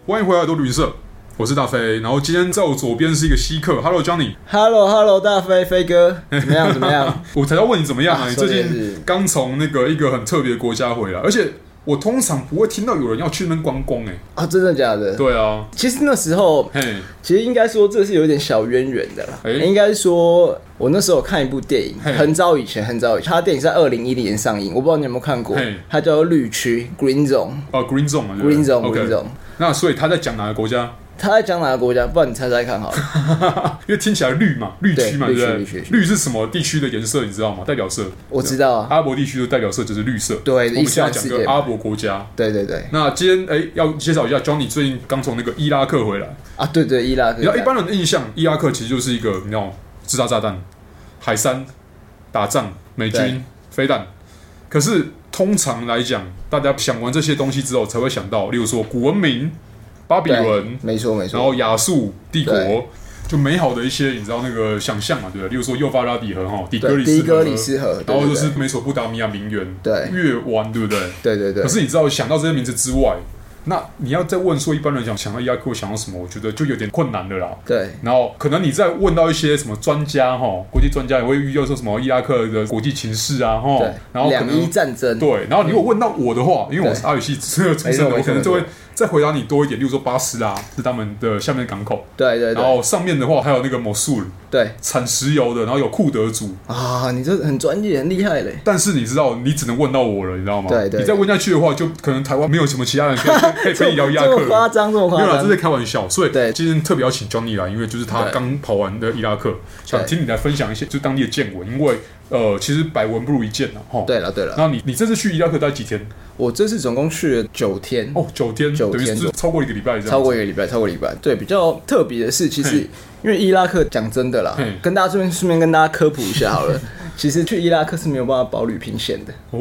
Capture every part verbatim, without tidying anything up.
欢迎回来多旅社，我是大飞。然后今天在我左边是一个稀客 ，Hello Johnny。Hello Hello 大飞飞哥，怎么样怎么样？ 我才要问你怎么样啊？ 啊你最近刚从那个一个很特别的国家回来，而且我通常不会听到有人要去那边观光哎、欸。 啊，真的假的？ 对啊， 其实那时候，其实应该说这是有点小渊源的啦。应该说，我那时候看一部电影，很早以前，很早以前，他的电影在二零一零年上映，我不知道你有没有看过，它叫《绿区》（Green Zone）。 哦 ，Green Zone 嘛 ，Green Zone，Green Zone。 那所以他在讲哪个国家？ 他在讲哪个国家？不然你猜猜看好了。 因为听起来绿嘛，绿区嘛，对不对？ 绿区， 绿是什么地区的颜色？你知道吗？代表色？ 我知道啊。 阿拉伯地区的代表色就是绿色。 对， 我们现在讲个阿拉伯国家。 对对对。 那今天哎、欸，要介绍一下 Johnny 最近刚从那个伊拉克回来啊。对对，伊拉克。 你知道一般人的印象，伊拉克其实就是一个你知道制造炸弹、海山、打仗、美军、飞弹。可是通常来讲，大家想完这些东西之后，才会想到，例如说古文明。巴比伦， 没错没错， 然后亚述帝国，就美好的一些你知道那个想象嘛，对不对？例如说幼发拉底河哈，底格里斯河，然后就是美索不达米亚平原， 对， 月湾，对不对？ 对对对。 可是你知道，想到这些名字之外，那你要再问说一般人想想到伊拉克想到什么，我觉得就有点困难的啦。 对。 然后可能你再问到一些什么专家哈，国际专家也会遇到说什么伊拉克的国际情势啊哈，然后两伊战争， 对。然后你如果问到我的话，因为我是阿语系这个出身的，我可能就会。再回答你多一点，例如说巴斯拉是他们的下面的港口， 对对对， 然后上面的话还有那个摩苏尔， 对， 产石油的，然后有库德族啊，你这很专业，很厉害嘞。 但是你知道，你只能问到我了，你知道吗？ 对 对, 对， 你再问下去的话，就可能台湾没有什么其他人可以可以跟你聊伊拉克了。 这么夸张，这么夸张， 没有啦，这是开玩笑。所以今天特别邀请 Johnny 来，因为就是他刚跑完的伊拉克，想听你来分享一些就当地的见闻，因为。呃，其实百闻不如一见呐，哈。 对了对了， 那你你这次去伊拉克待几天？ 我这次总共去了九天。 哦，九天， 九天， 等于是超过一个礼拜这样。 超过一个礼拜，超过一个礼拜。对，比较特别的是，其实因为伊拉克讲真的啦，跟大家顺便顺便跟大家科普一下好了。其实去伊拉克是没有办法保旅平险的哦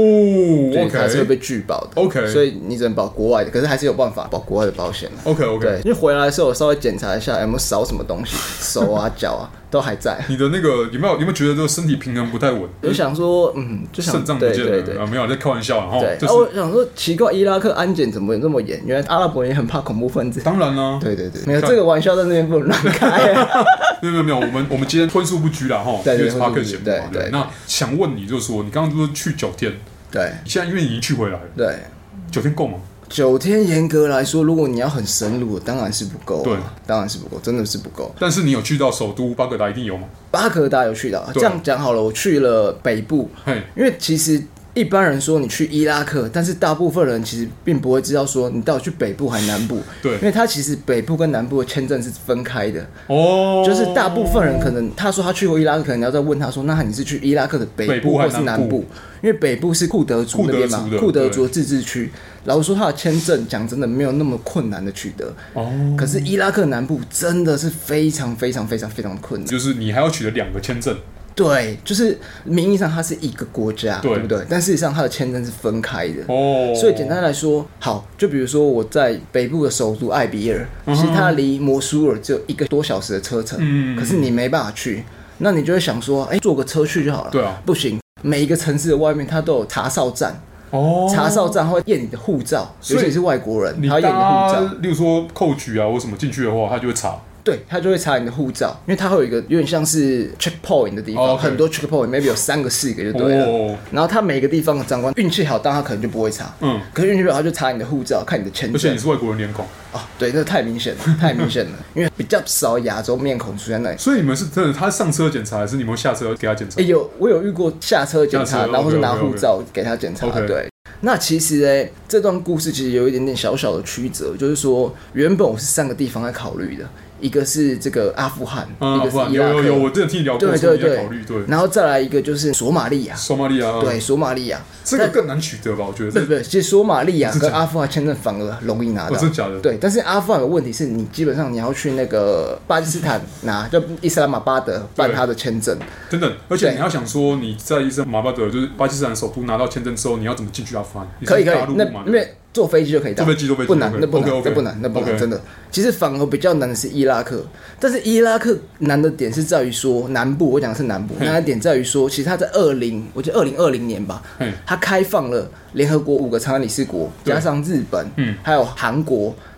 ，OK， 还是会被拒保的 ，OK，所以你只能保国外的，可是还是有办法保国外的保险 ，OK OK， 对，因为回来的时候我稍微检查一下有没有少什么东西，手啊脚啊都还在。 你的那个有没有有没有觉得这个身体平衡不太稳？ 我想说，嗯，就想肾脏不见了， 对对对啊，没有在开玩笑哈。 对， 就是、 啊、我想说奇怪，伊拉克安检怎么有这么严？原来阿拉伯人也很怕恐怖分子。 当然啦、啊， 对对对，没有这个玩笑在那边不能乱开、啊。 没有没有没有，我们我们今天荤素不居啦哈， 对对对， 因为是 Podcast 节目嘛， 对 对, 对。那想问你就是说，你刚刚说去九天， 对， 现在因为你已经去回来了， 对， 九天够吗？ 九天严格来说，如果你要很深入，当然是不够、啊。 对， 当然是不够，真的是不够。 但是你有去到首都巴格达，一定有吗？ 巴格达有去到。这样讲好了，我去了北部，因为其实一般人说你去伊拉克，但是大部分人其实并不会知道说你到底去北部还是南部。 对， 因为他其实北部跟南部的签证是分开的。 哦， 就是大部分人可能他说他去过伊拉克，可能你要再问他说，那你是去伊拉克的北部或是南部？因为北部是库德族那边嘛，库德族的自治区。老实说，他的签证讲真的没有那么困难的取得。哦，可是伊拉克南部真的是非常非常非常非常困难， 就是你还要取得两个签证。 对，就是名义上它是一个国家， 对, 对不对？但事实上它的签证是分开的。哦，所以简单来说，好，就比如说我在北部的首都艾比尔，嗯、其实它离摩苏尔只有一个多小时的车程，嗯，可是你没办法去，那你就会想说，哎，坐个车去就好了。 对啊， 不行，每一个城市的外面它都有查哨站。哦，查哨站会验你的护照，尤其是外国人，他会验你的护照。 例如说扣取啊或什么进去的话，他就会查。 对，他就会查你的护照，因为他会有一个有点像是 checkpoint 的地方， oh, okay. 很多 checkpoint，maybe 有三个、四个就对了。Oh. 然后他每个地方的长官运气好，当然他可能就不会查。嗯，可是运气不好，他就查你的护照，看你的签证。 而且你是外国人脸孔啊、哦，对，那太明显了，太明显了，因为比较少亚洲面孔出现那里。 所以你们是真的，他上车检查，还是你们下车给他检查？ 欸、有，我有遇过下车检查，然后是拿护照给他检查。Okay, okay, okay. 对。那其实呢，这段故事其实有一点点小小的曲折，就是说，原本我是三个地方在考虑的，一个是这个阿富汗，嗯、一个是伊拉克， 有有有，我真的听你聊过， 对对对， 考虑对， 然后再来一个就是索马利亚， 索马利亚， 对，索马利亚， 这个更难取得吧？我觉得， 对对，其实索马利亚跟阿富汗签证反而容易拿到， 哦、真的假的？ 对，但是阿富汗的问题是你基本上你要去那个巴基斯坦拿，就伊斯兰马巴德办他的签证， 等等，而且你要想说你在伊斯兰马巴德就是巴基斯坦首都拿到签证之后，你要怎么进去阿富汗？ 可以可以，那因为坐飞机就可以到， 坐飞机坐飞机不难，那不难， okay, okay, 那不难，那不难，真的。其实反而比较难的是伊拉克，但是伊拉克难的点是在于说南部，我讲的是南部，难的点在于说，其实它在二零，我记得二零二零年吧，它开放了联合国五个常任理事国，加上日本，嗯，还有韩国。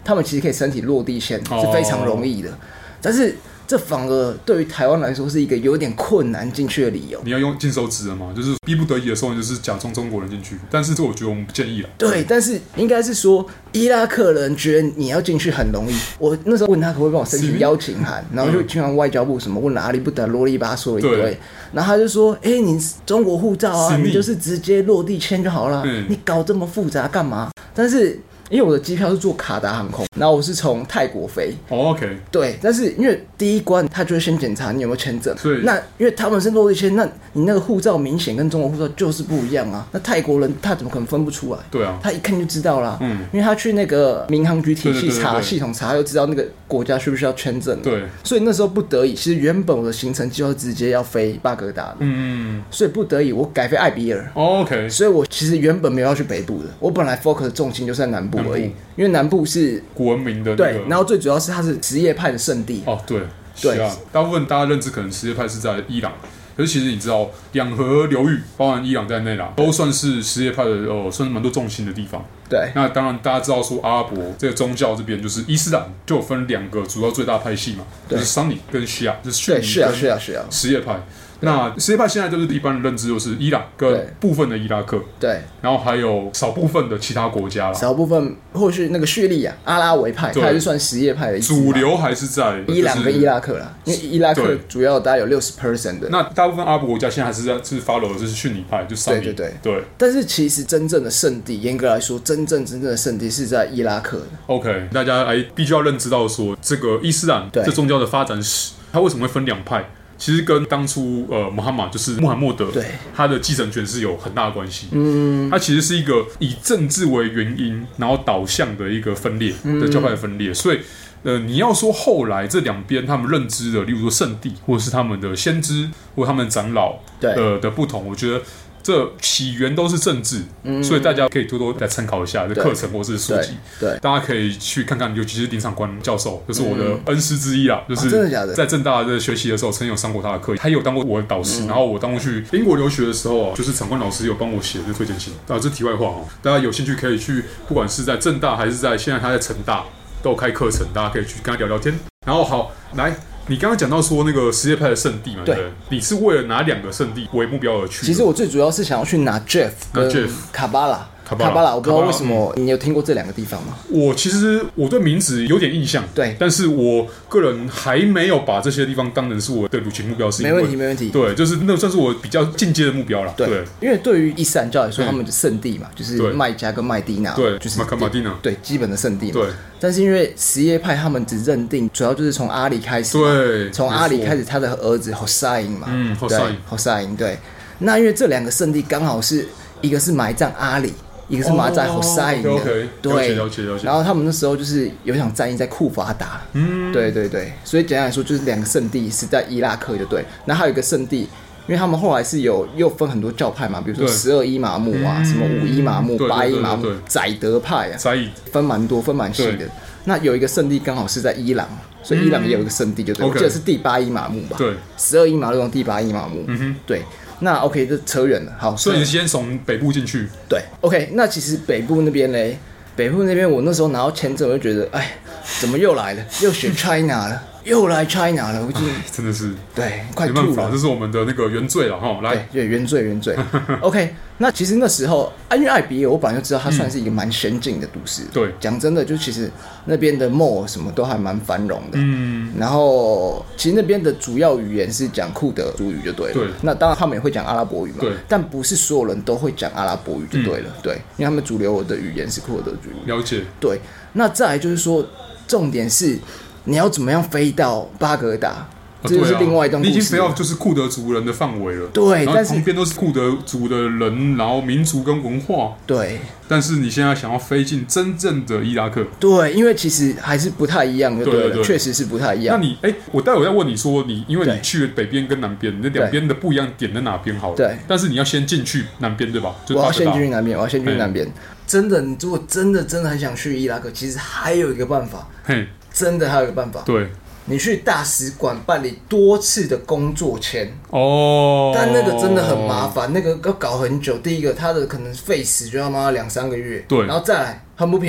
他们其实可以身体落地签是非常容易的，哦、但是。这反而对于台湾来说是一个有点困难进去的理由。 你要用金手指了嘛？就是逼不得已的时候，你就是假装中国人进去。但是这我觉得我们不建议了。 对，但是应该是说伊拉克人觉得你要进去很容易。我那时候问他可不可以帮我申请邀请函，然后就去完外交部什么问哪里不得啰里吧嗦一堆，然后他就说：“哎、欸，你中国护照啊，你就是直接落地签就好了，嗯、你搞这么复杂干嘛？”但是。因为我的机票是坐卡达航空，然后我是从泰国飞。 哦 ，OK。 对，但是因为第一关他就会先检查你有没有签证。对。那因为他们是落地签，那你那个护照明显跟中国护照就是不一样啊。那泰国人他怎么可能分不出来？ 对啊。 他一看就知道啦。嗯。因为他去那个民航局体系查系统查，又知道那个国家需不需要签证。 对。 所以那时候不得已，其实原本我的行程就要直接要飞巴格达的。嗯。所以不得已我改飞艾比尔。 哦 ，OK。 所以我其实原本没有要去北部的，我本来 focus 的重心就在南部而已，因为南。南部是古文明的、那个， 对，然后最主要是它是什叶派的圣地哦，对，对啊，大部分大家认知可能什叶派是在伊朗，可是其实你知道，两河流域，包含伊朗在内啦，都算是什叶派的哦，算是蛮多重心的地方。 对， 那当然大家知道说阿拉伯这个宗教这边就是伊斯兰，就有分两个主要最大派系嘛，就是桑尼跟西亚，就是逊尼跟什叶派。那什叶派现在就是一般的认知，就是伊朗跟部分的伊拉克， 对， 然后还有少部分的其他国家啦， 少部分或是那个叙利亚阿拉维派，它还是算什叶派的一支， 主流还是在伊朗跟伊拉克啦，因为伊拉克主要大概有六十 percent 的， 那大部分阿拉伯国家现在还是在是 follow 的就是逊尼派，就桑尼， 对对对对。 但是其实真正的圣地，严格来说，真正真正的圣地是在伊拉克的。 OK， 大家来必须要认知到说，这个伊斯兰这宗教的发展史，它为什么会分两派？其实跟当初呃穆罕默就是穆罕默德， 对他的继承权是有很大的关系。嗯，它其实是一个以政治为原因，然后导向的一个分裂的教派的分裂。所以呃，你要说后来这两边他们认知的，例如说圣地，或者是他们的先知，或者他们长老的、呃、的不同，我觉得。这起源都是政治，嗯、所以大家可以多多来参考一下这课程或是书籍。对，大家可以去看看，尤其是林场官教授，就是我的恩师之一啦。嗯、就是真的假的？ 在政大的学习的时候，曾有上过他的课，他也有当过我的导师。嗯、然后我当过去英国留学的时候啊，就是场官老师有帮我写这推荐信。啊，这题外话哦，大家有兴趣可以去，不管是在政大还是在现在他在成大都有开课程，大家可以去跟他聊聊天。然后好来。你刚刚讲到说那个什叶派的圣地嘛，对不对？你是为了哪两个圣地为目标而去？ 其实我最主要是想要去拿 Jeff 跟卡巴拉。卡巴拉，我不知道为什么你有听过这两个地方吗？ 我其实我对名字有点印象， 对， 但是我个人还没有把这些地方当成是我的旅行目标，是因为没问题，没问题。 对，就是那算是我比较进阶的目标了。 对，对因为对于伊斯兰教来说，他们的圣地嘛，就是麦加跟麦地那， 对， 就是马卡马蒂娜， 对，基本的圣地嘛。 对。 但是因为什叶派他们只认定，主要就是从阿里开始， 对， 从阿里开始，他的儿子侯赛因嘛， 嗯，侯赛因， 侯赛因，对。那因为这两个圣地刚好是一个是埋葬阿里。一个是埋在侯赛因的， okay, 对， 了解了解。 然后他们那时候就是有一场战役在库法打，嗯，对对对，所以简单来说就是两个圣地是在伊拉克，就对。那还有一个圣地，因为他们后来是有又分很多教派嘛，比如说十二伊玛目啊，什么五伊玛目、八伊玛目、宰德派啊，分蛮多，分蛮细的。那有一个圣地刚好是在伊朗，所以伊朗也有一个圣地，就对，我记得是第八伊玛目吧， 对， 十二伊玛目跟第八伊玛目，嗯哼，对。那 OK， 这扯远了。好， 所以你先从北部进去。 对 ，OK。那其实北部那边嘞，北部那边我那时候拿到签证，我就觉得，哎，怎么又来了？又选 China 了，又来 China 了，我就真的是对，快吐了。没办法，这是我们的那个原罪了哈。来， 对，原罪原罪。OK， 那其实那时候，因为艾比尔，我本来就知道它算是一个蛮先进的都市。 对， 讲真的，就其实那边的 mall 什么都还蛮繁荣的。嗯，然后其实那边的主要语言是讲库德族语就对了。 对， 那当然他们也会讲阿拉伯语嘛。 对，但不是所有人都会讲阿拉伯语就对了。嗯、对，因为他们主流的语言是库德族语。 了解。 对，那再来就是说，重点是你要怎么样飞到巴格达。这就是另外一段故事、啊。 你已经飞到就是库德族人的范围了， 对， 然后旁边都是库德族的人，然后民族跟文化， 对。 但是你现在想要飞进真正的伊拉克， 对，因为其实还是不太一样的，对了，确实是不太一样。 那你，哎、欸，我待会再问你说，你因为你去北边跟南边，那两边的不一样点在哪边好了？对。但是你要先进去南边，对吧？ 我要先进去南边，我要先进去南边。真的，你如果真的真的很想去伊拉克，其实还有一个办法，嘿，真的还有一个办法， 对。 你去大使馆办理多次的工作签哦，但那个真的很麻烦，那个要搞很久。第一个，它的可能费时就要妈两三个月，对，然后再来很不便宜，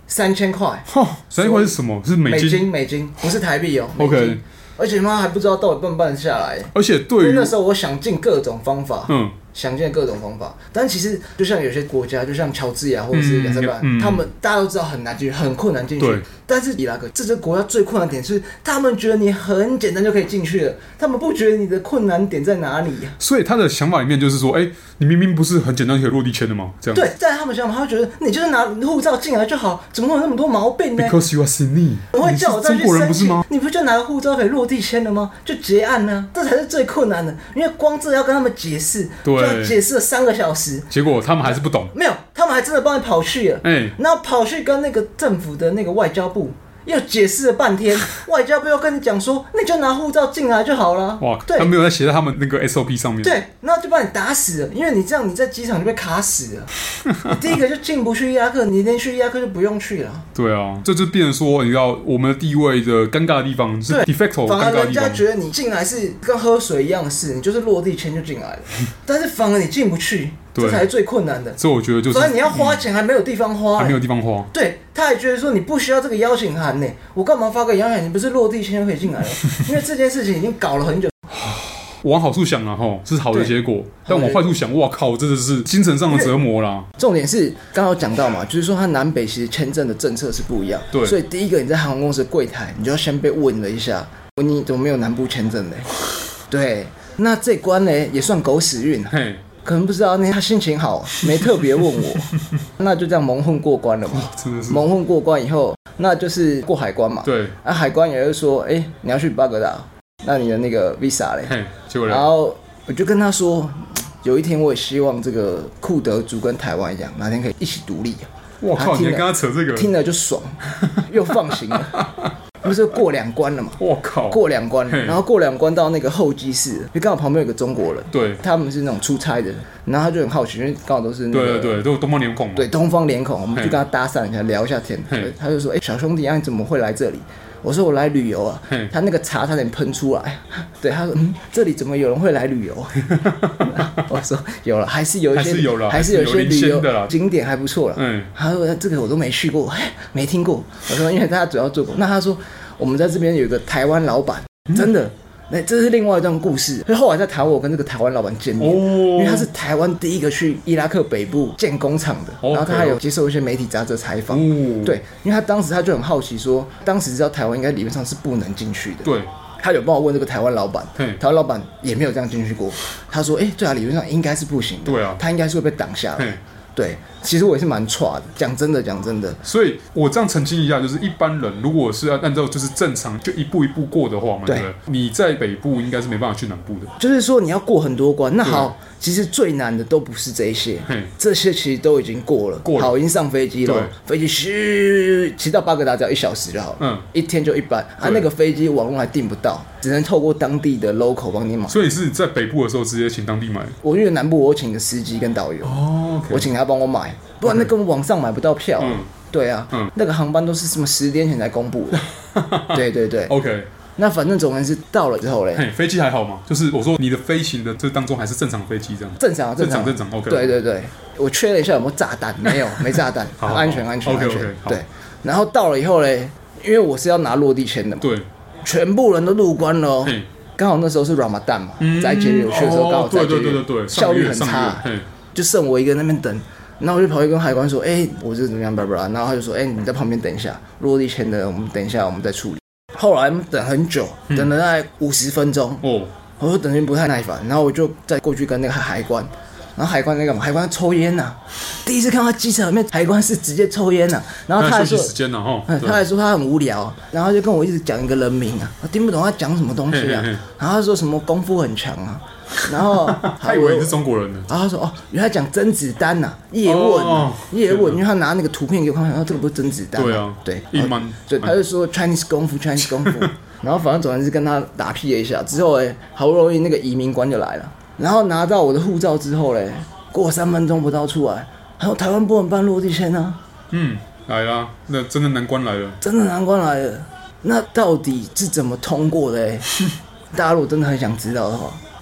三千块。 三千块是什么？是美金？ 美金，美金，不是台币哦。OK。而且妈还不知道到底办不办得下来。 而且对于因为那时候我想尽各种方法， 嗯， 想尽各种方法，但其实就像有些国家，就像乔治亚或者是亚塞拜，嗯嗯、他们大家都知道很难进去，很困难进去。但是伊拉克这些国家最困难点是，他们觉得你很简单就可以进去了，他们不觉得你的困难点在哪里、啊。 所以他的想法里面就是说，哎、欸，你明明不是很简单就可以落地签的吗？这样对，在他们想法，他会觉得你就是拿护照进来就好，怎么会有那么多毛病呢 ？Because you are Sunni， 我会叫我再去中国人不是吗？ 你不就拿个护照可以落地签了吗？就结案呢、啊，这才是最困难的，因为光这要跟他们解释，就要解释了三个小时， 结果他们还是不懂。 没有，他们还真的帮你跑去了，哎、欸，然后跑去跟那个政府的那个外交部。又解释了半天，外交部又跟你讲说，你就拿护照进来就好了。 哇，对，他没有在写在他们那个 S O P 上面。 对，然后就把你打死了，因为你这样你在机场就被卡死了。你第一个就进不去伊拉克，你连去伊拉克就不用去了。 对啊，这就变成说，你知道我们的地位的尴尬的地方是 de facto 尴尬的地方。 反而人家觉得你进来是跟喝水一样的事，你就是落地签就进来了，但是反而你进不去。这才是最困难的， 这我觉得就是， 反正你要花钱还没有地方花、欸， 还没有地方花。 对，他还觉得说你不需要这个邀请函呢、欸，我干嘛发个邀请函？你不是落地签就可以进来了？因为这件事情已经搞了很久。 往好处想啊，吼，是好的结果；但往坏处想，哇靠，真的是精神上的折磨啦。 重点是刚刚有讲到嘛，就是说它南北其实签证的政策是不一样，对，所以第一个你在航空公司的柜台，你就要先被问了一下，你怎么没有南部签证呢？对，那这关呢也算狗屎运。嘿。可能不知道，那他心情好，没特别问我，那就这样蒙混过关了嘛。 真的是蒙混过关以后，那就是过海关嘛。 对， 啊，海关也会说，哎、欸，你要去巴格达，那你的那个 visa 嘞？ 结果然后我就跟他说，有一天我也希望这个库德族跟台湾一样，哪天可以一起独立。 我靠，你还跟他扯这个， 听了就爽，又放心了。不是过两关了嘛？ 我靠， 过两关，然后过两关到那个候机室，就刚好旁边有个中国人， 对， 他们是那种出差的，然后他就很好奇，因为刚好都是那个， 对对对，都是东方脸孔嘛， 对，东方脸孔，我们就跟他搭讪一下，聊一下天，他就说，哎、欸，小兄弟，啊，你怎么会来这里？我说我来旅游啊，他那个茶差点喷出来，对，他说，嗯，这里怎么有人会来旅游？我说有了，还是有一些， 还是有了， 还是有一些旅游景点还不错了。嗯，他说这个我都没去过，没听过。我说因为他主要做过，那他说我们在这边有一个台湾老板，真的。那这是另外一段故事。所以后来在台湾，我跟这个台湾老板见面，哦、因为他是台湾第一个去伊拉克北部建工厂的，哦、然后他还有接受一些媒体杂志采访。哦、对，因为他当时他就很好奇说，当时知道台湾应该理论上是不能进去的。 对， 他有帮我问这个台湾老板，台湾老板也没有这样进去过。他说：“哎、欸，对啊，理论上应该是不行的。对啊，他应该是会被挡下来。”对，其实我也是蛮差的，讲真的，讲真的。 所以我这样澄清一下，就是一般人如果是要按照就是正常就一步一步过的话嘛，对不对？你在北部应该是没办法去南部的。 就是说你要过很多关。那好，其实最难的都不是这些，这些其实都已经过了，过了好，已经上飞机了，飞机嘘，骑到巴格达只要一小时就好了，嗯，一天就一班。啊，那个飞机网络还订不到，只能透过当地的 local 帮你买。 所以是在北部的时候直接请当地买。 我因为南部我请个司机跟导游，哦， okay、我请他帮我买。不然那根本网上买不到票、啊嗯。对啊、嗯，那个航班都是什么十天前才公布的。对对对 ，OK。 那反正总而言之到了之后嘞， 飞机还好吗？就是我说你的飞行的这当中还是正常飞机这样。 正常正常正常 OK。 对对对，我确认一下有没有炸弹，没有，没炸弹，安全安全安全。对，然后到了以后嘞，因为我是要拿落地签的嘛，对，全部人都入关了、喔。刚好那时候是 Ramadan 嘛，嗯、在节日有去的时候刚好在节日， 对对对对， 效率很差，就剩我一个人在那边等。然后我就跑去跟海关说：“哎、欸，我是怎么样，巴拉巴拉。”然后他就说：“哎、欸，你在旁边等一下，落地签的，我们等一下，我们再处理。”后来等很久，等了大概五十分钟。哦，我说等得不太耐烦，然后我就再过去跟那个海关，然后海关那个海关抽烟呐、啊，第一次看到机场里面海关是直接抽烟呐、啊，然后他还说时间了哈， 他还说他很无聊，然后就跟我一直讲一个人名啊，我听不懂他讲什么东西啊，嘿嘿嘿然后他说什么功夫很强啊。然后他以为你是中国人呢， 然后他说：“哦，原来讲甄子丹呐、啊，叶问、啊，叶、哦、问，因为他拿那个图片给我看，然后这个不是甄子丹、啊， 对啊， 对， 印蛮， 对，他就说 Chinese 功夫 ，Chinese 功夫，然后反正总之是跟他打屁了一下，之后哎，好不容易那个移民官就来了，然后拿到我的护照之后嘞，过三分钟不到出来，还有台湾不能办落地签啊， 嗯，来啦，那真的难关来了， 真的难关来了，那到底是怎么通过的？大家如果真的很想知道的话。”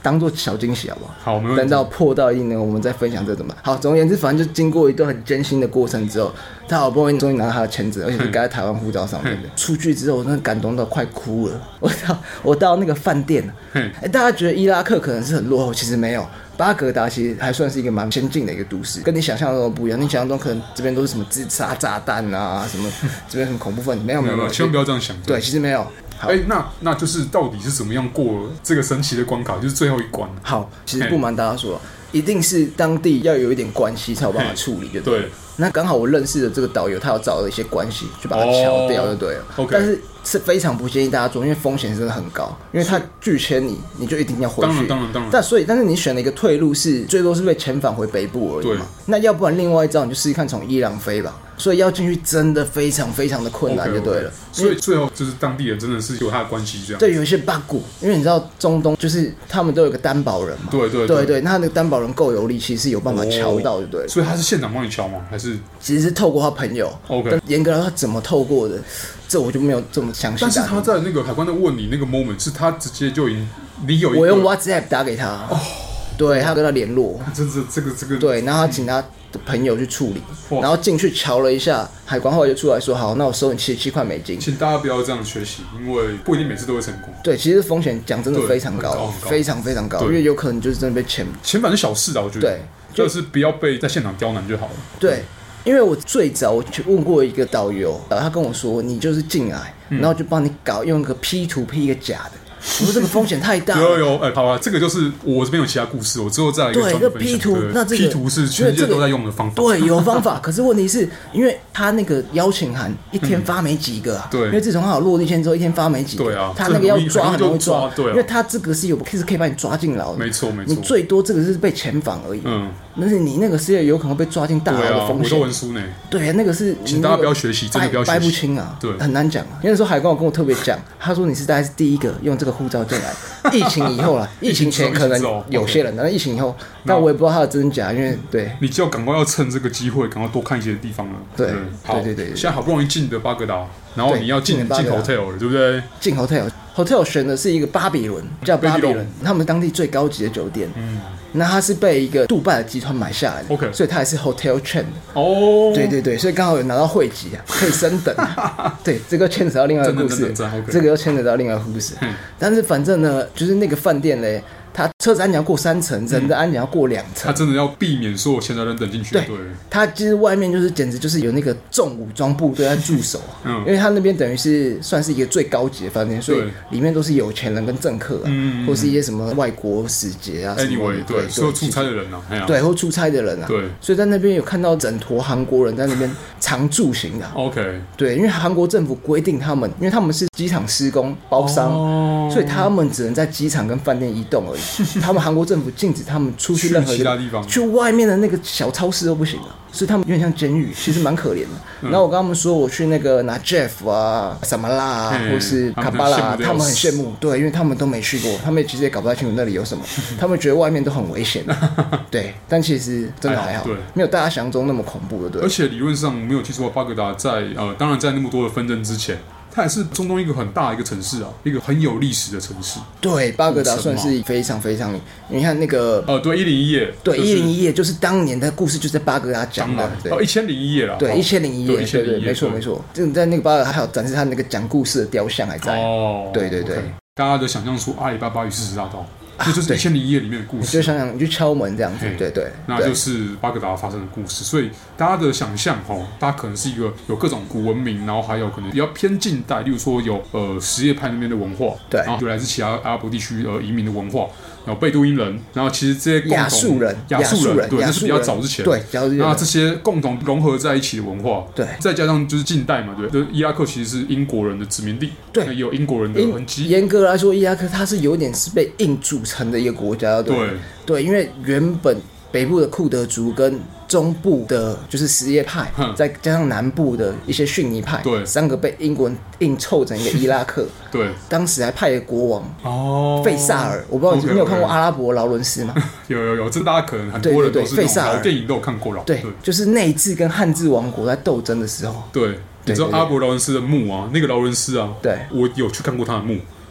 当做小惊喜好不好？ 好，没问题。 等到破到一定呢，我们再分享这怎么。好，总而言之，反正就经过一段很艰辛的过程之后，他好不容易终于拿到他的签证，而且是盖在台湾护照上面的。出去之后，我真的感动到快哭了。我到我到那个饭店，哎、欸，大家觉得伊拉克可能是很落后，其实没有。巴格达其实还算是一个蛮先进的一个都市，跟你想象中不一样。你想象中可能这边都是什么自杀炸弹啊，什么这边什么恐怖分子，没有没有没有， 千万不要这样想。 对，其实没有。 哎、欸，那那就是到底是怎么样过这个神奇的关卡，就是最后一关。 好，其实不瞒大家说，一定是当地要有一点关系才有办法处理，就对了。对。那刚好我认识的这个导游，他有找了一些关系去把它敲掉，就对了。Oh, okay. 但是是非常不建议大家做，因为风险真的很高，因为他拒签你，你就一定要回去。 当然当然当然。 但所以，但是你选了一个退路是最多是被遣返回北部而已嘛。那要不然另外一招，你就试试看从伊朗飞吧。所以要进去真的非常非常的困难，就对了。Okay, okay. 所以最后就是当地人真的是有他的关系这样。 对，有一些 bug， 因为你知道中东就是他们都有个担保人嘛。 对对对, 对对，那他那个担保人够有力，其实是有办法敲到，就对了。 所以他是现场帮你敲吗？还是其实是透过他朋友 ？OK。 严格来说，他怎么透过的，这我就没有这么详细。 但是他在那个海关在问你那个 moment， 是他直接就已经你有一个我用 WhatsApp 打给他。哦。对，他跟他联络。 这这这个这个。 对，然后他请他的朋友去处理，然后进去瞧了一下，海关后来就出来说：“好，那我收你七十七块美金。” 请大家不要这样学习，因为不一定每次都会成功。 对，其实风险讲真的非常高， 高非常非常高，因为有可能就是真的被遣遣返是小事啊，我觉得。对，就是不要被在现场刁难就好了。 对，因为我最早我去问过一个导游，他跟我说：“你就是进来，然后就帮你搞用个 P 图 P 一个假的。”我说这个风险太大了。 有有哎、欸，好啊，这个就是我这边有其他故事，我之后再来一个专门分享。 对，这 P 图，那这个 P 图是全世界都在用的方法。 对，有方法。可是问题是，因为他那个邀请函一天发没几个啊。 对、嗯。 因为自从他有落地签之后，一天发没几个。 对啊。 他那个要抓很容易抓， 对、啊。 因为他这个是有是可以把你抓进牢的。 没错没错。 你最多这个是被遣返而已。嗯。但是你那个是有可能被抓进大牢的风险。 我都文书呢。 对，那个是。 请大家不要学习，真的不要学习。 掰不清啊。 对。 很难讲啊。因为那时候海关有跟我特别讲，他说你是大概是第一个用这个护照进来。疫情以后啦，疫情前可能有些人，但疫情以后，但我也不知道它的真假，因为对， 你就要赶快要趁这个机会，赶快多看一些地方了。 对， 对对对， 现在好不容易进的巴格达，然后你要进进 hotel 了，对不对？ 进 hotel，hotel 选的是一个巴比伦，叫巴比伦，他们当地最高级的酒店。嗯。那它是被一个杜拜的集团买下来的 ，OK， 所以它也是 hotel chain 的。 哦， 对对对，所以刚好有拿到会籍啊，可以升等。对，这个牵扯到另外一个故事，这个又牵扯到另外一个故事。但是反正呢，就是那个饭店嘞，它车子安检要过三层，人的安检要过两层。 它真的要避免所有前台人等进去。对， 它其实外面就是简直就是有那个重武装部队在驻守，嗯，因为它那边等于是算是一个最高级的饭店，所以里面都是有钱人跟政客啊，嗯，或是一些什么外国使节啊 ，anyway， 对，所有出差的人啊， 对，或出差的人啊， 对， 所以在那边有看到整坨韩国人在那边常驻型的 ，OK， 对，因为韩国政府规定他们，因为他们是机场施工包商，哦，所以他们只能在机场跟饭店移动而已，他们韩国政府禁止他们出去任何其他地方， 去外面的那个小超市都不行了，所以他们有点像监狱，其实蛮可怜的。嗯、然后我跟他们说，我去那个拿 Jeff 啊、萨马拉啊，或是卡巴拉，他们很羡慕，对，因为他们都没去过，他们其实也搞不太清楚那里有什么，他们觉得外面都很危险，对，但其实真的还好，还好对，没有大家想象中那么恐怖的，对。 而且理论上没有记错，巴格达在呃，当然在那么多的纷争之前。它也是中东一个很大的一个城市啊，一个很有历史的城市。 对，巴格达算是非常非常，你看那个呃，对，一零一夜， 对，一零一夜就是当年的故事，就在巴格达讲的，对， 哦，一千零一夜了， 对，一千零一夜，对对，没错没错，就在那个巴格达还有展示他那个讲故事的雕像还在，哦，对对对， 大家的想象出阿里巴巴与四十大盗。这就是一千零一夜里面的故事， 你就想想，你去敲门这样子，对对， 那就是巴格达发生的故事。所以大家的想象，哈，大家可能是一个有各种古文明，然后还有可能比较偏近代，例如说有呃什叶派那边的文化， 对， 然后有来自其他阿拉伯地区呃移民的文化，然后贝都因人，然后其实这些共同亚述人， 亚述人，对，那是比较早之前， 对， 那这些共同融合在一起的文化， 对， 再加上就是近代嘛，对，就是伊拉克其实是英国人的殖民地， 对， 也有英国人的痕迹。 严格来说，伊拉克它是有点是被硬组成的一个国家。对对，因为原本北部的库德族跟中部的就是什叶派，再加上南部的一些逊尼派， 对， 三个被英国人硬凑成一个伊拉克。 对， 当时还派了国王哦，费萨尔，我不知道 okay, 你有看过阿拉伯劳伦斯吗？ 有有有，这大家可能很多人都是那种老电影都有看过了。 对，就是内治跟汉治王国在斗争的时候。 对，你知道阿拉伯劳伦斯的墓啊，那个劳伦斯啊， 对， 我有去看过他的墓。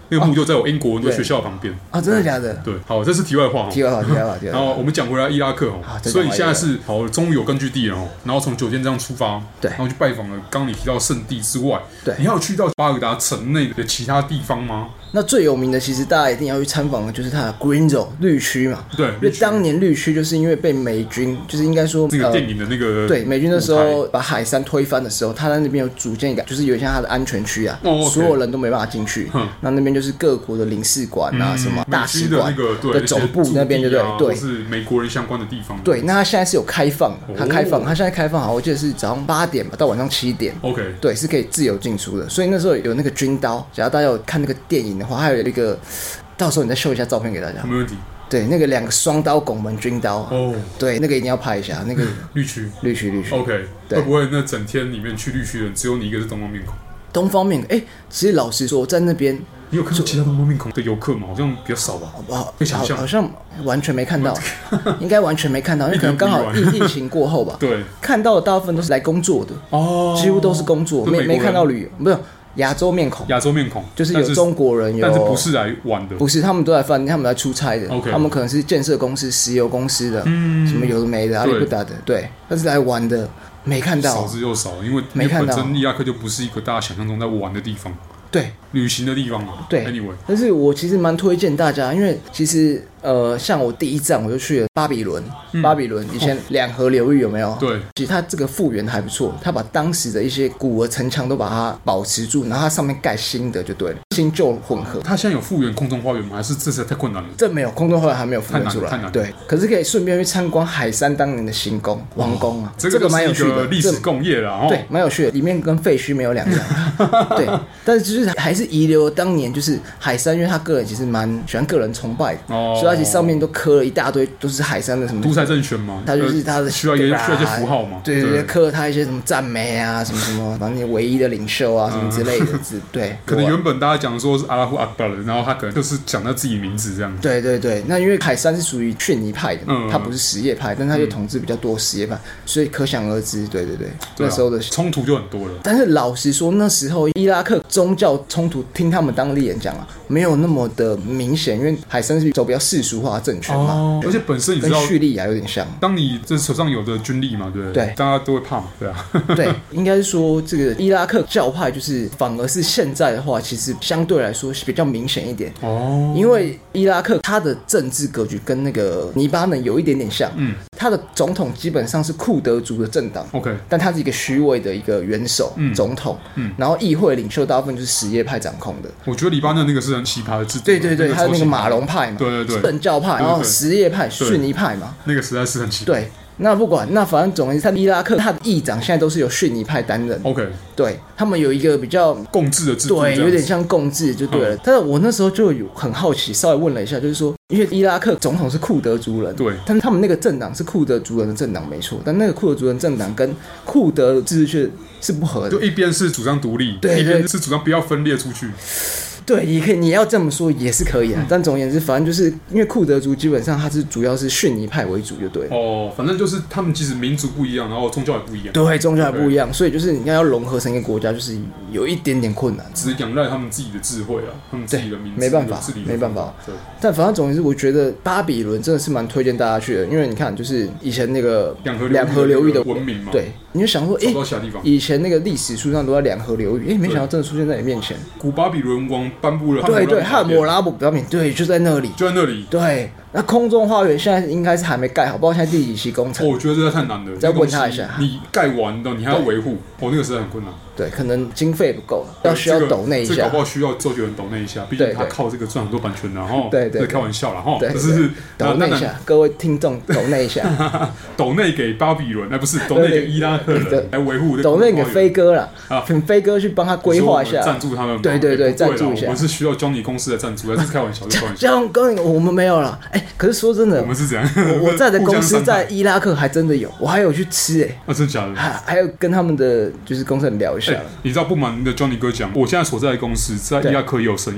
那个墓就在我英国的学校旁边啊，真的假的？ 对，好，这是题外话。 题外话，题外话，题外话。 然后我们讲回来伊拉克哦，所以现在是好，终于有根据地了哦。然后从酒店这样出发， 对， 然后去拜访了刚刚你提到圣地之外， 对， 你还有去到巴格达城内的其他地方吗？ 那最有名的，其实大家一定要去参访的，就是它的 Green Zone 绿区嘛。 对， 因为当年绿区就是因为被美军，就是应该说这个电影的那个、 呃、对美军那时候把海山推翻的时候，他在那边有组建一个，就是有点像他的安全区啊，哦 okay、所有人都没办法进去。那那边就是各国的领事馆啊，嗯、什么大使馆的、那个、的总部那边，对不对？对， 是美国人相关的地方。 对，那他现在是有开放，他开放，他现在开放好，我记得是早上八点吧，到晚上七点。 OK， 对，是可以自由进出的。所以那时候有那个军刀，只要大家有看那个电影的话，还有那个。到时候你再秀一下照片给大家， 没问题。 对，那个两个双刀拱门军刀， 哦， 对，那个一定要拍一下。那个绿区， 绿区，绿区。 OK， 会不会那整天里面去绿区的人只有你一个是东方面孔？ 东方面孔，哎、欸，其实老实说，在那边你有看到其他东方面孔的游客吗？好像比较少吧。 好， 可以想象， 好像完全没看到，应该完全没看到，因为可能刚好疫疫情过后吧。 对， 看到的大部分都是来工作的，哦，几乎都是工作，没没看到旅游，不是。亚洲面孔， 亚洲面孔就是有中国人，有， 但是不是来玩的， 不是，他们都来饭店，他们来出差的。 Okay. 他们可能是建设公司、石油公司的，嗯，什么有的没的，阿里不达的，对，但是来玩的没看到， 少之又少，因为没看到，本身伊拉克就不是一个大家想象中在玩的地方。对，旅行的地方嘛。 对 ，anyway， 但是我其实蛮推荐大家，因为其实呃，像我第一站我就去了巴比伦，嗯、巴比伦以前两河流域有没有？ 对， 其实它这个复原还不错，它把当时的一些古的城墙都把它保持住，然后它上面盖新的就对了，新旧混合。 它现在有复原空中花园吗？还是这实在太困难了？ 这没有，空中花园还没有复原出来， 太难了。 对，可是可以顺便去参观海山当年的行宫、王宫啊， 这个蛮有趣的，历史工业啦， 对，蛮有趣的，里面跟废墟没有两样。对，但是就是还是遗留当年就是海山，因为他个人其实蛮喜欢个人崇拜的，哦、所以他其实上面都刻了一大堆都是海山的什么独裁政权嘛， 他就是他的需要一些需要一些符号嘛， 对对对，刻了他一些什么赞美啊，什么什么，反正唯一的领袖啊，什么之类的字，对。 可能原本大家讲说是阿拉夫阿巴的，然后他可能就是讲他自己名字这样。 对对对，那因为海山是属于逊尼派的，嗯、他不是什叶派，但他又统治比较多什叶派，所以可想而知，对对对， 对啊、 那时候的冲突就很多了。 但是老实说，那时候伊拉克宗教冲突，听他们当地人讲啊，没有那么的明显，因为海山是走比较世俗化的政权嘛， 哦、而且本身你知道， 跟叙利亚有点像。 当你这手上有的军力嘛，对不对？ 对， 大家都会怕嘛，对啊。 对，应该是说这个伊拉克教派就是反而是现在的话，其实相对来说比较明显一点哦，因为伊拉克它的政治格局跟那个黎巴嫩有一点点像，嗯，它的总统基本上是库德族的政党 ，OK， 但他是一个虚伪的一个元首、嗯、总统，嗯，然后议会领袖大部分就是什叶派掌控的。 我觉得黎巴嫩那个是很奇葩的制度， 对对对，他那个马龙派嘛， 对对对， 正教派，然后什叶派、逊尼派嘛， 那个实在是很奇葩。 对。那不管，那反正总而言之，他伊拉克他的议长现在都是由逊尼派担任。 OK， 对他们有一个比较共治的制度， 对，有点像共治就对了。嗯、但是我那时候就有很好奇，稍微问了一下，就是说，因为伊拉克总统是库德族人， 对， 但是他们那个政党是库德族人的政党没错，但那个库德族人政党跟库德自治区是不合的， 就一边是主张独立， 对， 一边是主张不要分裂出去。 对，也可以，你要这么说也是可以啊。嗯、但总而言之，反正就是因为库德族基本上它是主要是逊尼派为主，就对了。 哦，反正就是他们其实民族不一样，然后宗教也不一样。 对，宗教也不一样，所以就是你看要融合成一个国家，就是有一点点困难。 只仰赖他们自己的智慧啊，他们自己的民族， 没办法，没办法。对。但反正总而言之，我觉得巴比伦真的是蛮推荐大家去的，因为你看，就是以前那个两河流域的文明嘛， 对，你就想说，哎、欸，以前那个历史书上都在两河流域，哎、欸，没想到真的出现在你面前。 古巴比伦王颁布了， 对对。汉谟拉比表品，对，就在那里， 就在那里。 对，那空中花园现在应该是还没盖好，不知道现在第几期工程。 哦，我觉得这太难了， 再问他一下。 你盖完的，你还要维护，哦，那个实在很困难。 对，可能经费不够，要需要抖内一下。 这搞不好需要周杰伦抖内一下，毕竟他靠这个赚很多版权的，然后对对， 开玩笑啦，哈， 对， 只是抖内一下，各位听众抖内一下， 抖内给巴比伦，哎，不是抖内给伊拉克人来维护， 抖内给飞哥啦，啊，请飞哥去帮他规划一下， 赞助他们， 对对对，赞助一下。 我们是需要 Johnny 公司的赞助，还是开玩笑？开玩笑。 这样刚我们没有了，哎，可是说真的， 我们是怎样？ 我在的公司在伊拉克还真的有，我还有去吃，哎， 啊，真的假的？ 还还有跟他们的就是公司人聊一下。 你知道不瞒的 Johnny 哥讲，我现在所在的公司在伊拉克也有生意。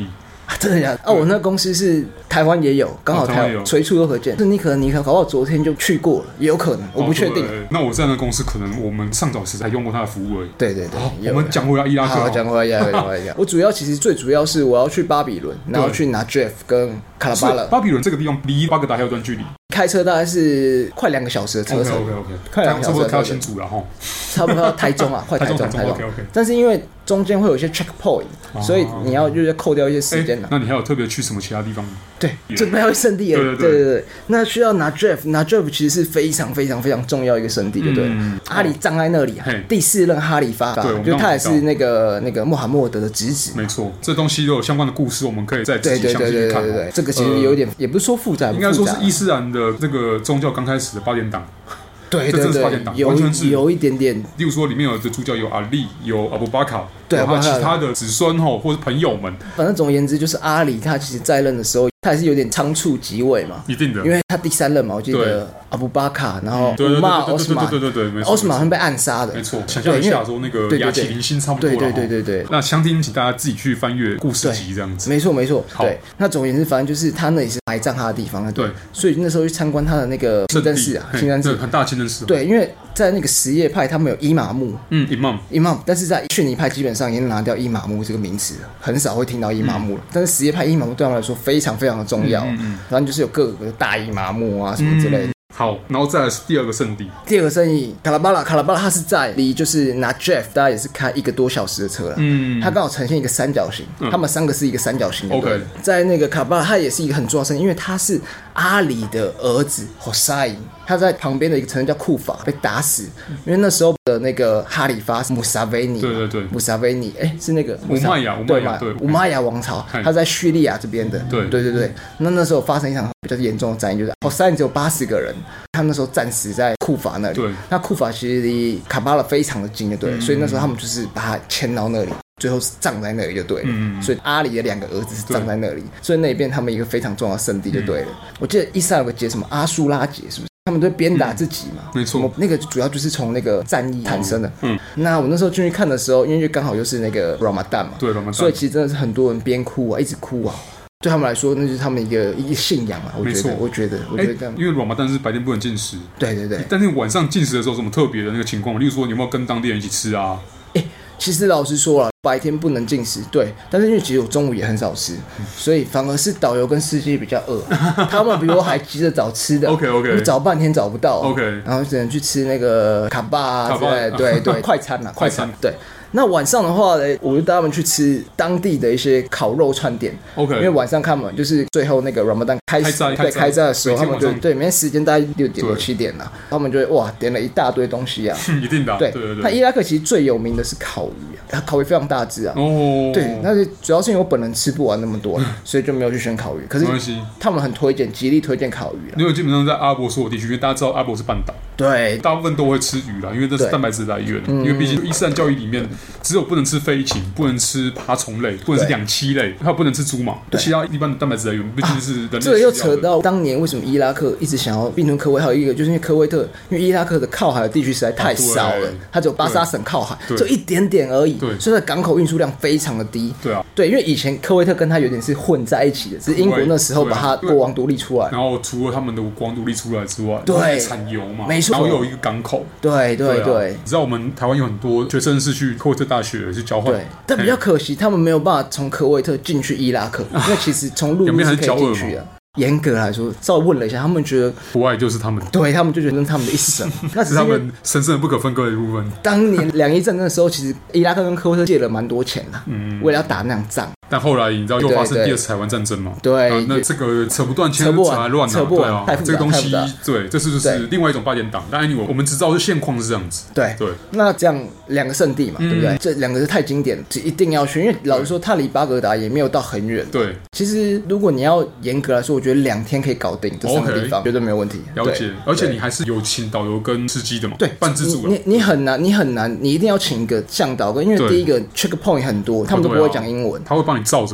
啊，真的假的？啊，我那公司是台湾也有，刚好台湾随处都可见。是你可能你搞不好昨天就去过了，也有可能，我不确定。 那我在那公司可能我们上早时才用过他的服务而已。 对对对， 我们讲回来伊拉克， 好，讲回来伊拉克，讲回来伊拉克。我主要其实最主要是我要去巴比伦，然后去拿 Jeff 跟卡拉巴勒。 巴比伦这个地方离巴格达还有段距离。 开车大概是快两个小时的车程 ，OK OK OK， 快两个小时的车程， 差不多开到新竹了哈， 差不多到台中啊，快台中台中 ，OK OK。 但是因为中间会有一些 checkpoint，、哦、所以你要就是扣掉一些时间的、 欸。那你还有特别去什么其他地方吗？ 对，准备要去圣地了。对对 对, 对, 对那需要拿 Jeff， 拿 Jeff 其实是非常非常非常重要一个圣地，对不对？嗯、阿里葬在那里、啊，第四任哈里发，对，就他也是那个那个穆罕默德的侄子。 没错，这东西都有相关的故事，我们可以再自己详细去看。 对对对对对，这个其实有点、呃、也不是说复杂， 应该说是伊斯兰的这个宗教刚开始的八点档。 对对对，有完全是有一点点。 例如说，里面有的主角有阿里，有阿布巴卡， 对， 有他其他的子孙吼或者朋友们。 反正总而言之，就是阿里他其实在任的时候，他还是有点仓促即位嘛， 一定的， 因为他第三任嘛，我记得阿布巴卡，然后乌马奥斯曼， 对对对对， 奥斯曼会被暗杀的， 没错。想象一下，说那个雅齐零星差不多了， 对对对对对。 那相听，请大家自己去翻阅故事集这样子。 没错没错，对。那总而言之，反正就是他那里是埋葬他的地方，对。所以那时候去参观他的那个清真寺啊，清真寺很大清真寺。 对，因为在那个什叶派，他们有伊玛目， 嗯，imam imam， 但是在逊尼派基本上已经拿掉伊玛目这个名词了，很少会听到伊玛目了。但是什叶派伊玛目对他们来说非常非常的重要，嗯嗯，反正就是有各个大伊玛目啊什么之类的。嗯好，然后再来是第二个圣地。 第二个圣地卡拉巴拉，卡拉巴拉它是在离就是拿 Jeff 大概也是开一个多小时的车了。嗯，它刚好呈现一个三角形，嗯、他们三个是一个三角形的。OK， 在那个卡拉巴拉，它也是一个很重要的圣地，因为他是阿里的儿子 Hossein， 他在旁边的一个城市叫库法被打死，因为那时候的那个哈里发是穆萨维尼， 对对对， 穆萨维尼，哎，是那个乌麦雅， 对嘛？对，乌麦雅王朝，他在叙利亚这边的。对对对对，那那时候发生一场比较严重的战役，就是 Hossein 只有八十个人。他们那时候战死在库法那里，对，那库法其实离卡巴拉非常的近，就对了、嗯，所以那时候他们就是把他迁到那里，最后是葬在那里就对了。嗯、所以阿里的两个儿子是葬在那里，所以那边他们一个非常重要的圣地就对了。嗯、我记得伊斯兰有个节什么阿苏拉节，是不是？他们都鞭打自己嘛， 没错、嗯， 那个主要就是从那个战役产生的。嗯，那我那时候进去看的时候，因为就刚好又是那个 Ramadan 嘛， 对 Ramadan， 所以其实真的是很多人边哭啊，一直哭啊。对他们来说，那就是他们一个一个信仰啊，我觉得，我觉得，我觉得这样、 欸，因为 Ramadan 是白天不能进食， 对对对， 但是晚上进食的时候，什么特别的那个情况？例如说，你有没有跟当地人一起吃啊？ 哎、欸，其实老实说了，白天不能进食，对，但是因为其实我中午也很少吃，嗯、所以反而是导游跟司机比较饿，他们比我还急着找吃的 ，OK OK， 找半天找不到 ，OK， 然后只能去吃那个卡巴啊之类的，对对，快餐啊，快餐，对。那晚上的话呢，我就带他们去吃当地的一些烤肉串店。OK， 因为晚上看嘛，就是最后那个 Ramadan 开始对开斋的时候，他们就对每天时间大概六点多七点了，他们就会哇点了一大堆东西啊， 一定的、啊， 对对对对。 那伊拉克其实最有名的是烤鱼啊，烤鱼非常大只啊。哦，对，那是主要是因为我本人吃不完那么多，所以就没有去选烤鱼。可是他们很推荐，极力推荐烤鱼。 因为基本上在阿拉伯所有地区，因为大家知道阿拉伯是半岛， 对， 大部分都会吃鱼啦，因为这是蛋白质来源。因为毕竟伊斯兰教义里面只有不能吃飞禽，不能吃爬虫类，不能吃两栖类，还有不能吃猪毛。其他一般的蛋白质来源毕竟是人类需要的。 这个又扯到当年为什么伊拉克一直想要并吞科威特，还有一个就是因为科威特，因为伊拉克的靠海的地区实在太少了，它只有巴沙省靠海，就一点点而已，所以它的港口运输量非常的低。对啊，对，因为以前科威特跟它有点是混在一起的，只是英国那时候把它国王独立出来， 然后除了他们的国王独立出来之外， 对， 产油嘛， 没错， 然后有一个港口， 对对对。 你知道我们台湾有很多学生是去科威特大学去交换。 对，但比较可惜，他们没有办法从科威特进去伊拉克，因为其实从陆路是可以进去的。严格来说，稍微问了一下，他们觉得国外就是他们， 对他们就觉得那是他们的一省， 那是他们神圣的不可分割的一部分。 当年两伊战争的时候，其实伊拉克跟科威特借了蛮多钱的，嗯，为了要打那场仗。 但后来你知道又发生第二次台湾战争嘛？ 对， 啊、那这个扯不断，牵扯还乱啊，对啊，这个东西，对，这是就是另外一种八点档。但 anyway， 我们只知道是现况是这样子。 对对，那这样两个圣地嘛，嗯、对不对？这两个是太经典了，一定要去。因为老实说，它离巴格达也没有到很远。对，其实如果你要严格来说，我觉得两天可以搞定这三个地方， okay, 绝对没有问题。 了解，而且你还是有请导游跟司机的嘛？对，半自助了。 你你很难，你很难，你一定要请一个向导跟，因为第一个 checkpoint 很多，他们都不会讲英文， 他会帮你照着嘛。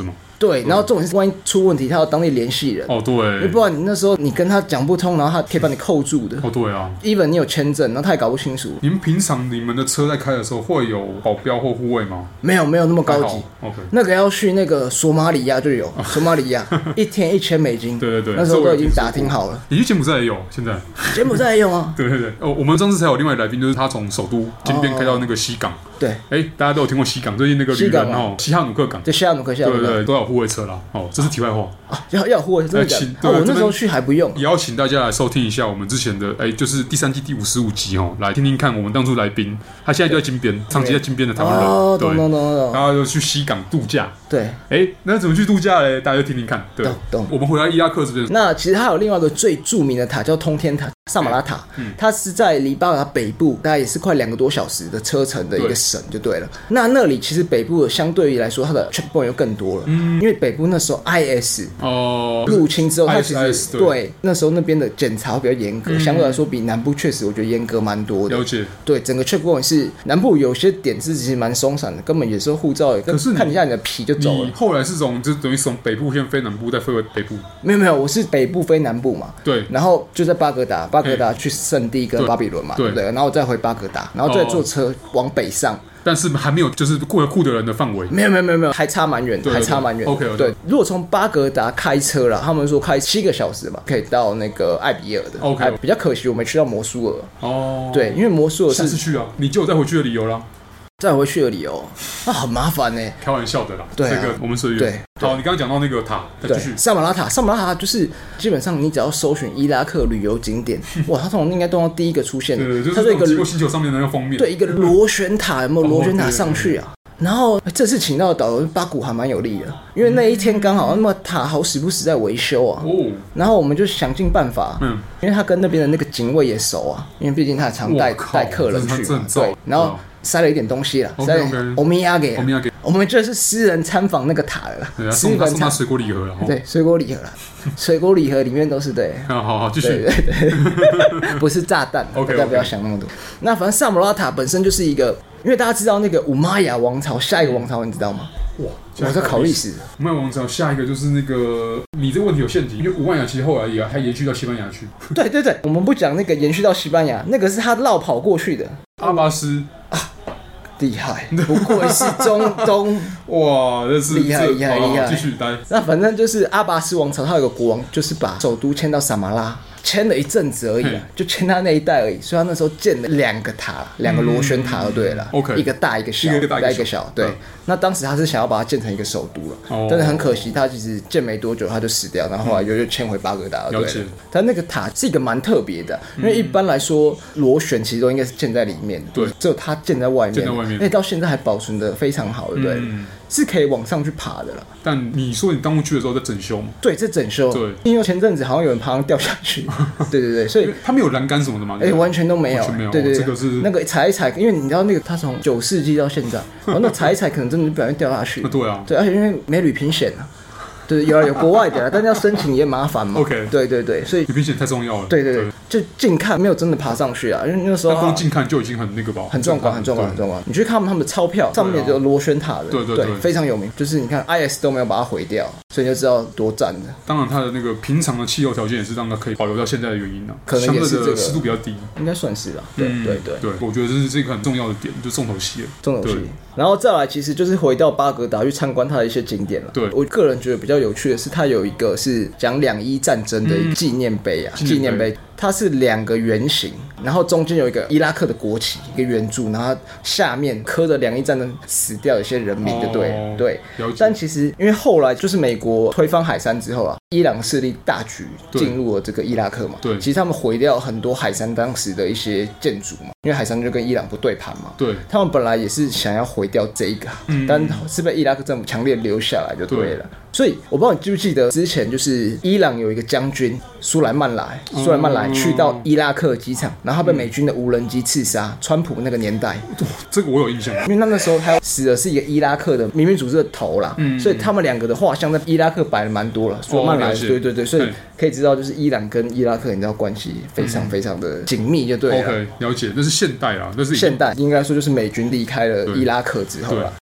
对，然后重点是万一出问题，他要当地联系人。 哦，对，因为不然你那时候你跟他讲不通，然后他可以把你扣住的。 哦，对啊 ，even 你有签证，然后他也搞不清楚。 你们平常你们的车在开的时候会有保镖或护卫吗？ 没有，没有那么高级。 OK， 那个要去那个索马里亚就有，索马里亚一天一千美金。 对对对， 那时候都已经打听好了。 你去柬埔寨也有，现在柬埔寨也有啊。 对对对，哦，我们上次才有另外来宾，就是他从首都金边开到那个西港。 对， 哎，大家都有听过西港，最近那个旅人哦，西哈努克港， 对，西哈努克，西哈努克， 对对对，都有护卫车啦。哦，这是题外话啊，要要有护卫车，真的假的？我那时候去还不用。 也要请大家来收听一下我们之前的，哎，就是第三季第五十五集哦，来听听看我们当初来宾，他现在就在金边，长期在金边的台湾人， 哦，懂懂懂懂， 然后就去西港度假。 对， 哎，那怎么去度假嘞？大家就听听看。对， 懂。 我们回来伊拉克这边， 那其实还有另外一个最著名的塔叫通天塔，萨马拉塔，嗯，它是在黎巴嫩北部，大概也是快两个多小时的车程的一个省，就对了。那那里其实北部相对于来说，它的 checkpoint 又更多了，嗯，因为北部那时候 I S 哦入侵之后，它其实对那时候那边的检查比较严格，相对来说比南部确实我觉得严格蛮多的。 了解， 对，整个 checkpoint 是南部有些点是其实蛮松散的，根本有时候护照可是看一下你的皮就走了。 你后来是从就等于从北部先飞南部，再飞回北部？ 没有没有，我是北部飞南部嘛， 对， 然后就在巴格达，巴格达去圣地跟巴比伦嘛，对不对？然后再回巴格达，然后再坐车往北上。 但是还没有，就是过了库德人的范围。 没有没有没有没有，还差蛮远的，还差蛮远。 OK， 对，如果从巴格达开车啦，他们说开七个小时吧，可以到那个艾比尔的。 OK， 比较可惜我没去到摩苏尔。 哦， 对，因为摩苏尔是下次去啊，你就有再回去的理由啦。 再回去的理由，那很麻烦呢、欸。 开玩笑的啦， 对、啊， 这个我们随缘。 对， 好，你刚刚讲到那个塔，继续。 萨马拉塔，萨马拉塔就是基本上你只要搜寻伊拉克旅游景点，哇，它通常应该都要第一个出现的。 对，就是它是一个星球上面的那个封面。 对，一个螺旋塔，有没有螺旋塔上去啊？然后这次请到的导游巴古还蛮有力的，因为那一天刚好那么塔好死不死在维修啊。哦。然后我们就想尽办法，嗯，因为他跟那边的那个警卫也熟啊，因为毕竟他常带带客人去嘛，对，然后。塞了一点东西啦，塞欧米亚给，我们就是私人参访那个塔了， 私人送他水果礼盒了， 对，水果礼盒啦，水果礼盒里面都是对， 好好好，继续， 对对对，不是炸弹，大家不要想那么多。那反正萨马拉塔本身就是一个，因为大家知道那个五玛雅王朝，下一个王朝你知道吗？哇，我在考历史。 五玛雅王朝下一个就是那个，你这个问题有陷阱，因为五玛雅其实后来也还延续到西班牙去。 对对对，我们不讲那个延续到西班牙，那个是他绕跑过去的。 阿巴斯啊。 厉害，不愧是中东哇，这是厉害厉害厉害。 继续待。 那反正就是阿拔斯王朝，他有个国王，就是把首都迁到萨马拉，迁了一阵子而已啊，就迁他那一带而已。所以他那时候建了两个塔，两个螺旋塔就对了。 OK， 一个大一个小，一个大一个小。对，那当时他是想要把它建成一个首都了，但是很可惜，他其实建没多久他就死掉，然后后来又又迁回巴格达了。对了，但那个塔是一个蛮特别的，因为一般来说螺旋其实都应该是建在里面，对，只有它建在外面。建在外面。而且到现在还保存的非常好，对不对？嗯、是可以往上去爬的了。 但你说你当初去的时候在整修吗？ 对，在整修。对，因为前阵子好像有人爬上掉下去。对对对，所以它没有栏杆什么的吗？ 哎、欸，完全都没有。 完全没有。 对对对， 这个是那个踩一踩，因为你知道那个它从九世纪到现在，然后那踩一踩可能真的不小心掉下去。 对啊。 对，而且因为没旅平险啊。对，有有国外的，但是要申请也麻烦嘛。 OK， 对对对，所以旅行险太重要了。 对对对，就近看没有真的爬上去啊，因为那时候光近看就已经很那个吧， 很壮观，很壮观，很壮观。你去看他们的钞票，上面有螺旋塔的， 对对对， 非常有名。就是你看 I S 都没有把它毁掉，所以就知道多赞的。 当然，它的那个平常的气候条件也是让它可以保留到现在的原因啊， 可能也是这个湿度比较低， 应该算是啦。对对对对，我觉得这是这个很重要的点，就重头戏了。 重头戏。然后再来，其实就是回到巴格达去参观它的一些景点了。 对， 我个人觉得比较有趣的是，它有一个是讲两伊战争的一个纪念碑啊，纪念碑，它是两个圆形，然后中间有一个伊拉克的国旗，一个圆柱，然后下面刻着两伊战争死掉的一些人民，就对了、哦、对。但其实因为后来就是美国推翻海珊之后啊，伊朗势力大举进入了这个伊拉克嘛，对，其实他们毁掉很多海珊当时的一些建筑嘛，因为海珊就跟伊朗不对盘嘛，对，他们本来也是想要毁掉这一个，嗯、但是被伊拉克政府强烈留下来就对了。所以我不知道你记不记得之前就是伊朗有一个将军苏莱曼来，苏莱曼来去到伊拉克机场，然后他被美军的无人机刺杀，川普那个年代， 这个我有印象， 因为那那时候他死的是一个伊拉克的民兵组织的头啦，嗯、所以他们两个的画像在伊拉克摆了蛮多了。苏莱曼来，对对对，所以可以知道就是伊朗跟伊拉克你知道关系非常非常的紧密，就对了。 OK， 了解，那是现代啦，那是现代，应该说就是美军离开了伊拉克之后啦。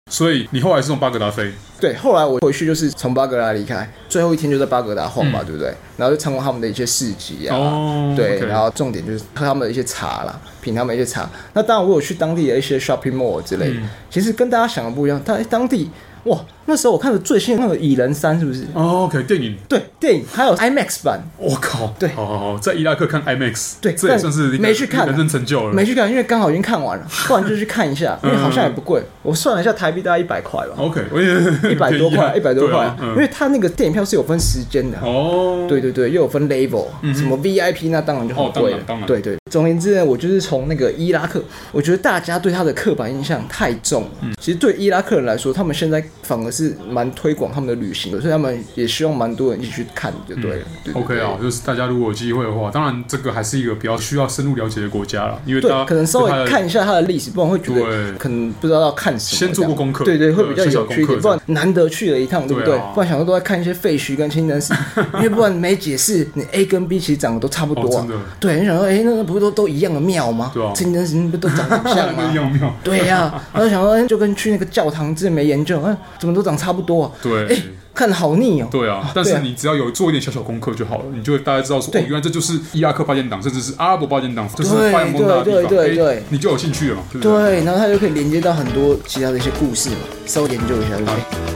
所以你后来是从巴格达飞？ 对，后来我回去就是从巴格达离开，最后一天就在巴格达晃嘛，嗯、对不对？然后就参观他们的一些市集啊，哦、对， okay. 然后重点就是喝他们的一些茶啦，品他们的一些茶。那当然我有去当地的一些 shopping mall 之类的，嗯、其实跟大家想的不一样，他当地。哇，那时候我看的最新的那个《蚁人三》是不是？ 哦 ，OK， 电影。 对，电影还有 IMAX 版。 我靠！ 对， 好好好，在伊拉克看 IMAX， 对， 这也算是没去看， 人生成就了。 没去看，因为刚好已经看完了，不然就去看一下，因为好像也不贵。我算了一下，台币大概一百块吧。 OK， 我也一百多块，一百多块， 啊嗯、 因为它那个电影票是有分时间的。哦，对对对，又有分 level，、嗯、什么 V I P 那当然就很贵了。 哦、当然， 对对。总而言之呢，我就是从那个伊拉克，我觉得大家对他的刻板印象太重了。嗯、其实对伊拉克人来说，他们现在反而是蛮推广他们的旅行的，所以他们也希望蛮多人一起去看就对了。嗯、对对对 OK 啊，就是大家如果有机会的话，当然这个还是一个比较需要深入了解的国家啦，因为大家可能稍微看一下它的历史，不然会觉得可能不知道要看什么。 先做过功课， 对对，会比较有趣一点。不然难得去了一趟，对不对？啊、不然想说都在看一些废墟跟清真寺，因为不然没解释，你 A 跟 B 其实长得都差不多、啊。哦、对，你想说，哎、欸，那不是都都一样的庙吗？ 对啊， 清真寺不都长得像吗？ 一样庙。 对呀、啊，然后想说，哎，就跟去那个教堂，之前没研究，嗯，怎么都长差不多啊？ 对， 哎、欸，看好腻哦。 对啊，但是你只要有做一点小小功课就好了，你就会大概知道说，哦，原来这就是伊拉克八间党，甚至是阿拉伯八间党，就是发扬光大的地方，对对 对, 对、欸，你就有兴趣了嘛，对不对？ 对，然后它就可以连接到很多其他的一些故事嘛，稍微研究一下，对不对？